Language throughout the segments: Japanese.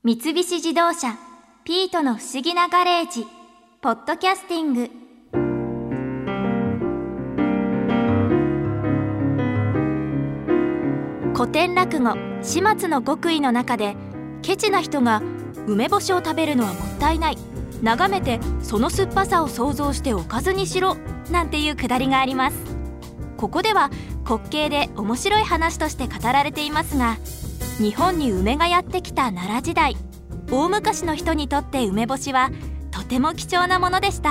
三菱自動車ピートの不思議なガレージポッドキャスティング。古典落語始末の極意の中で、ケチな人が梅干しを食べるのはもったいない、眺めてその酸っぱさを想像しておかずにしろなんていうくだりがあります。ここでは滑稽で面白い話として語られていますが、日本に梅がやってきた奈良時代、大昔の人にとって梅干しはとても貴重なものでした。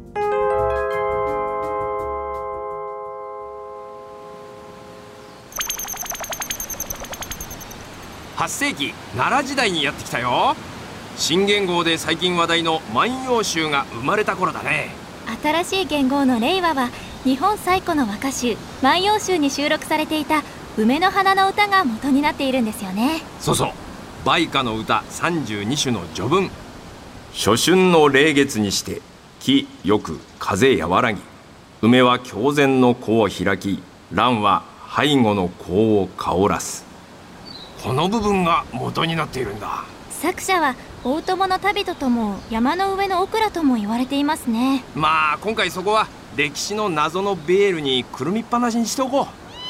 8世紀奈良時代にやってきたよ。新元号で最近話題の万葉集が生まれた頃だね。 新しい元号の令和は日本最古の和歌集万葉集に収録されていた梅の花の歌が元になっているんですよね。 そうそう、梅花の歌32首の序文。初春の霊月にして木よく風和らぎ、梅は狂然の子を開き、蘭は背後の子を香らす。この部分が元になっているんだ。 作者は大友の旅人とも山の上のオクラとも言われていますね。 まあ今回そこは歴史の謎のベールにくるみっぱなしにしておこう。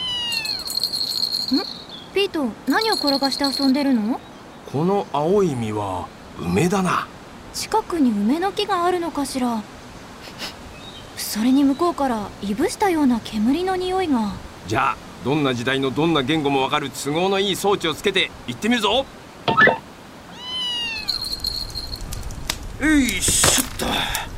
ピート、何を転がして遊んでるの？ この青い実は梅だな。 近くに梅の木があるのかしら。それに向こうからいぶしたような煙の匂いが。 じゃあどんな時代のどんな言語もわかる都合のいい装置をつけて行ってみるぞ。 しょっと。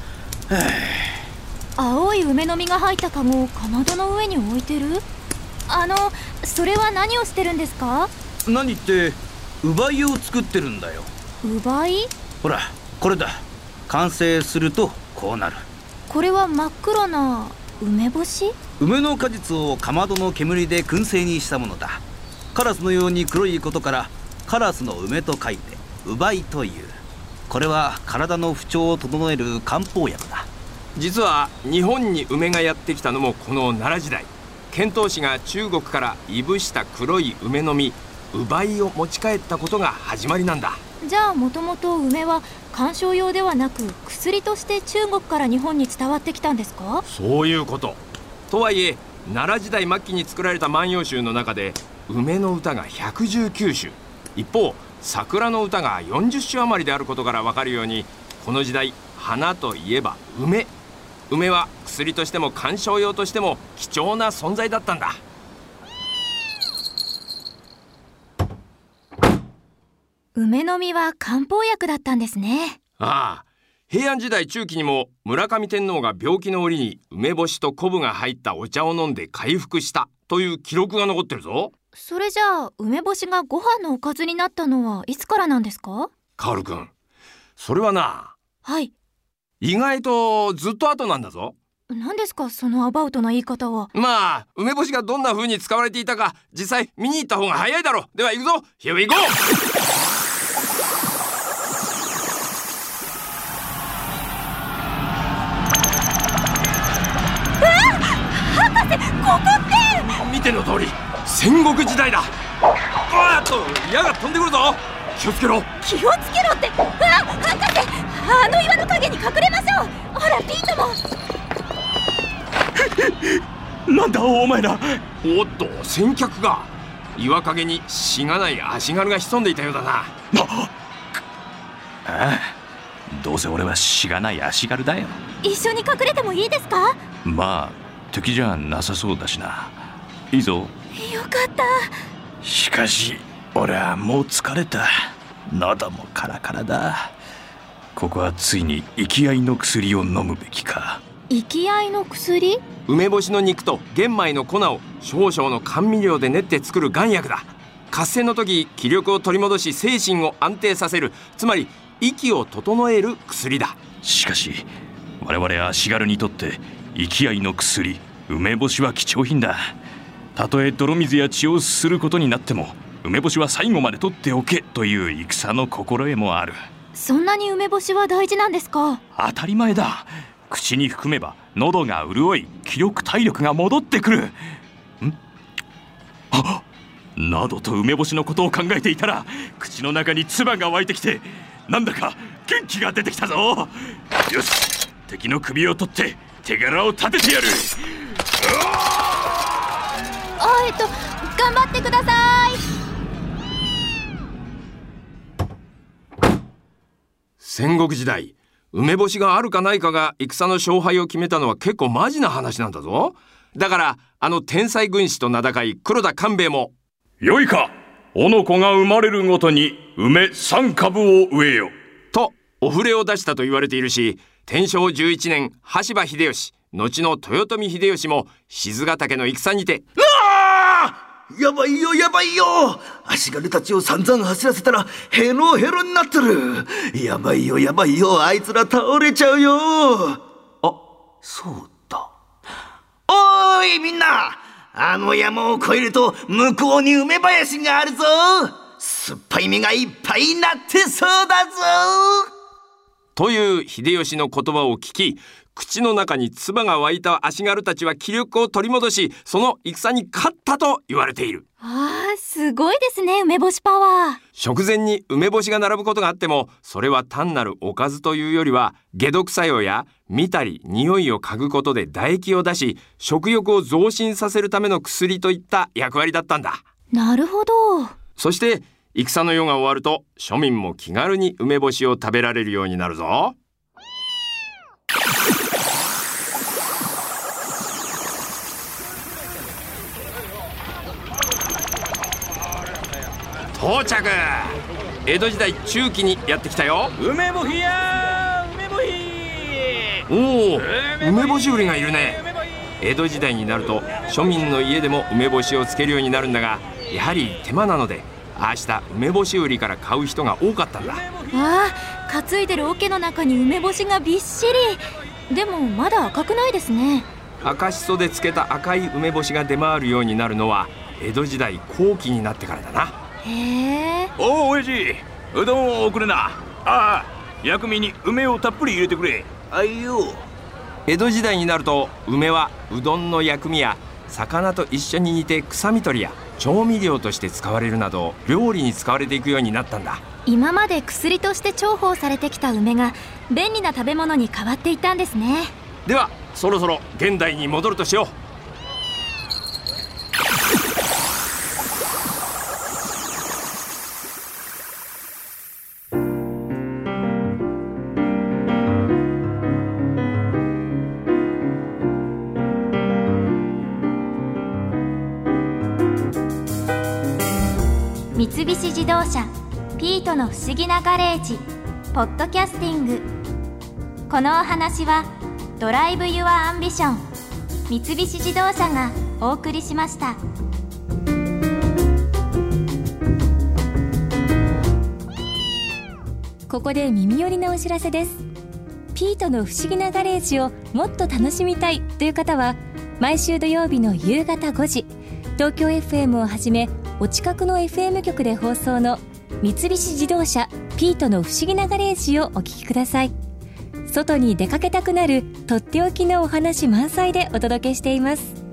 青い梅の実が入ったカゴをかまどの上に置いてる。それは何をしてるんですか？ 何って烏梅を作ってるんだよ。 烏梅？ ほらこれだ。完成するとこうなる。 これは真っ黒な梅干し？ 梅の果実をかまどの煙で燻製にしたものだ。カラスのように黒いことからカラスの梅と書いて烏梅という。これは体の不調を整える漢方薬だ。 実は日本に梅がやってきたのもこの奈良時代。遣唐使が中国からいぶした黒い梅の実烏梅を持ち帰ったことが始まりなんだ。 じゃあもともと梅は観賞用ではなく薬として中国から日本に伝わってきたんですか？ そういうこと。とはいえ奈良時代末期に作られた万葉集の中で梅の歌が119首、一方桜の歌が40首余りであることから分かるように、この時代花といえば梅。梅は薬としても観賞用としても貴重な存在だったんだ。 梅の実は漢方薬だったんですね。 ああ、平安時代中期にも村上天皇が病気の折に梅干しと昆布が入ったお茶を飲んで回復したという記録が残ってるぞ。 それじゃあ梅干しがご飯のおかずになったのはいつからなんですか？ カール君、それはな。 はい。 意外とずっと後なんだぞ。 何ですかそのアバウトな言い方は。 まあ梅干しがどんな風に使われていたか実際見に行った方が早いだろう。では行くぞ。Here we go。 博士、ここって見ての通り戦国時代だ。矢が飛んでくるぞ。気をつけろ。 気をつけろって。博士、あの岩の陰に隠れましょう。ほらピートも。 なんだお前ら。 おっと、先客が。岩陰にしがない足軽が潜んでいたようだな。 ああ、どうせ俺はしがない足軽だよ。 一緒に隠れてもいいですか？ まあ敵じゃなさそうだしな。いいぞ。 よかった。 しかし俺はもう疲れた。喉もカラカラだ。ここはついに生き合いの薬を飲むべきか。 生き合いの薬？ 梅干しの肉と玄米の粉を少々の甘味料で練って作る丸薬だ。合戦の時気力を取り戻し精神を安定させる、つまり息を整える薬だ。 しかし我々足軽にとって生き合いの薬梅干しは貴重品だ。たとえ泥水や血をすることになっても梅干しは最後まで取っておけという戦の心得もある。 そんなに梅干しは大事なんですか？ 当たり前だ。口に含めば喉が潤い気力体力が戻ってくる。 などと梅干しのことを考えていたら、口の中に唾が湧いてきて、なんだか元気が出てきたぞ。よし、敵の首を取って手柄を立ててやる。 頑張ってください。 戦国時代、梅干しがあるかないかが戦の勝敗を決めたのは結構マジな話なんだぞ。だから天才軍師と名高い黒田官兵衛も、 よいか、おの子が生まれるごとに梅3株を植えよとお触れを出したと言われているし、天正11年羽柴秀吉、後の豊臣秀吉も賤ヶ岳の戦にて、 やばいよやばいよ、足軽たちを散々走らせたらヘロヘロになってる。やばいよやばいよ、あいつら倒れちゃうよ。そうだ。おーいみんな、山を越えると向こうに梅林があるぞ。酸っぱい実がいっぱいになってそうだぞ。 という秀吉の言葉を聞き、口の中に唾が湧いた足軽たちは気力を取り戻し、その戦に勝ったと言われている。 すごいですね、梅干しパワー。 食前に梅干しが並ぶことがあっても、それは単なるおかずというよりは、解毒作用や見たり匂いを嗅ぐことで唾液を出し、食欲を増進させるための薬といった役割だったんだ。 なるほど。 そして戦の世が終わると、庶民も気軽に梅干しを食べられるようになるぞ。到着。江戸時代中期にやってきたよ。 梅干しや梅干し。 おお、梅干し売りがいるね。江戸時代になると庶民の家でも梅干しをつけるようになるんだが、やはり手間なので、ああした梅干し売りから買う人が多かったんだ。 担いでる桶の中に梅干しがびっしり。でもまだ赤くないですね。 赤しそで漬けた赤い梅干しが出回るようになるのは江戸時代後期になってからだな。 へえ。 親父、うどんを送るな。薬味に梅をたっぷり入れてくれ。 江戸時代になると、梅はうどんの薬味や魚と一緒に煮て臭み取りや調味料として使われるなど、料理に使われていくようになったんだ。 今まで薬として重宝されてきた梅が便利な食べ物に変わっていったんですね。 ではそろそろ現代に戻るとしよう。 三菱自動車ピートの不思議なガレージポッドキャスティング。このお話はドライブ・ユア・アンビション三菱自動車がお送りしました。ここで耳寄りなお知らせです。ピートの不思議なガレージをもっと楽しみたいという方は、毎週土曜日の夕方5時、東京 FM をはじめお近くの FM 局で放送の三菱自動車ピートの不思議なガレージをお聞きください。外に出かけたくなるとっておきのお話満載でお届けしています。